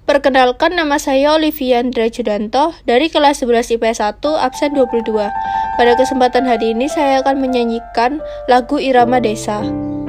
Perkenalkan, nama saya Oliviandra Judanto dari kelas 11 IPS 1 absen 22. Pada kesempatan hari ini saya akan menyanyikan lagu Irama Desa.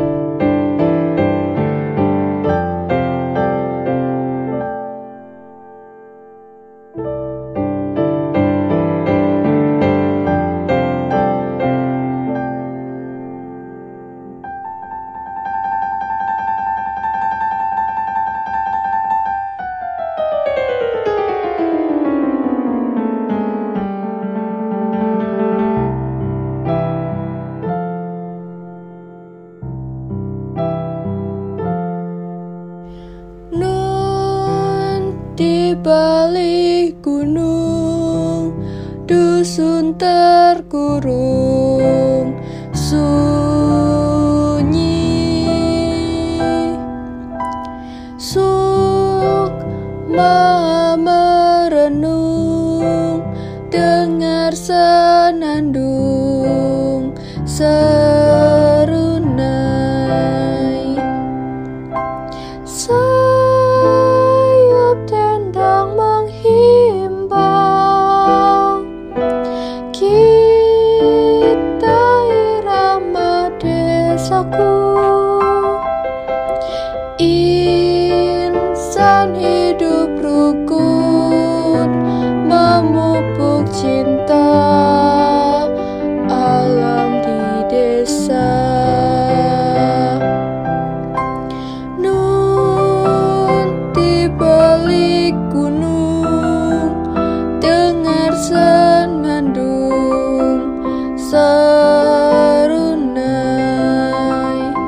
Di balik gunung, dusun terkurung, sunyi. Sukma merenung, dengar senandung serunai. Insan hidup rukun, memupuk cinta alam di desa. Nun di balik gunung, dengar senandung serunai.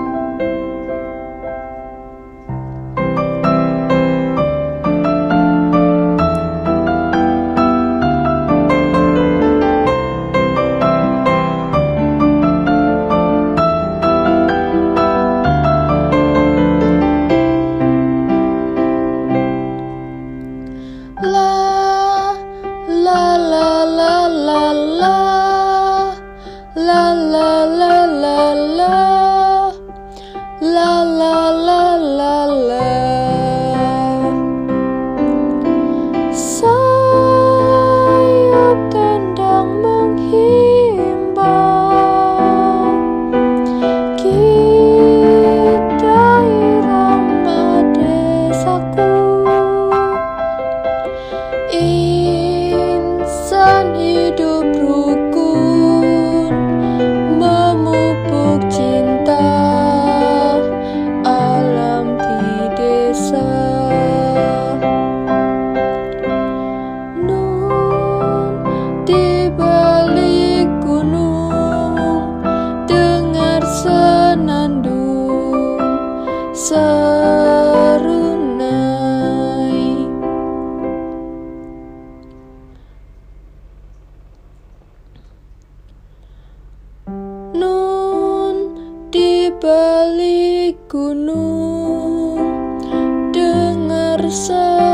La la la la la la, la la la la la, la la la la la. Sayup tendang menghimbau, kita irama desaku. Insan hidup rukun, memupuk cinta alam di desa. Nun di balik gunung, dengar senandung serunai. Nun di balik gunung, dengar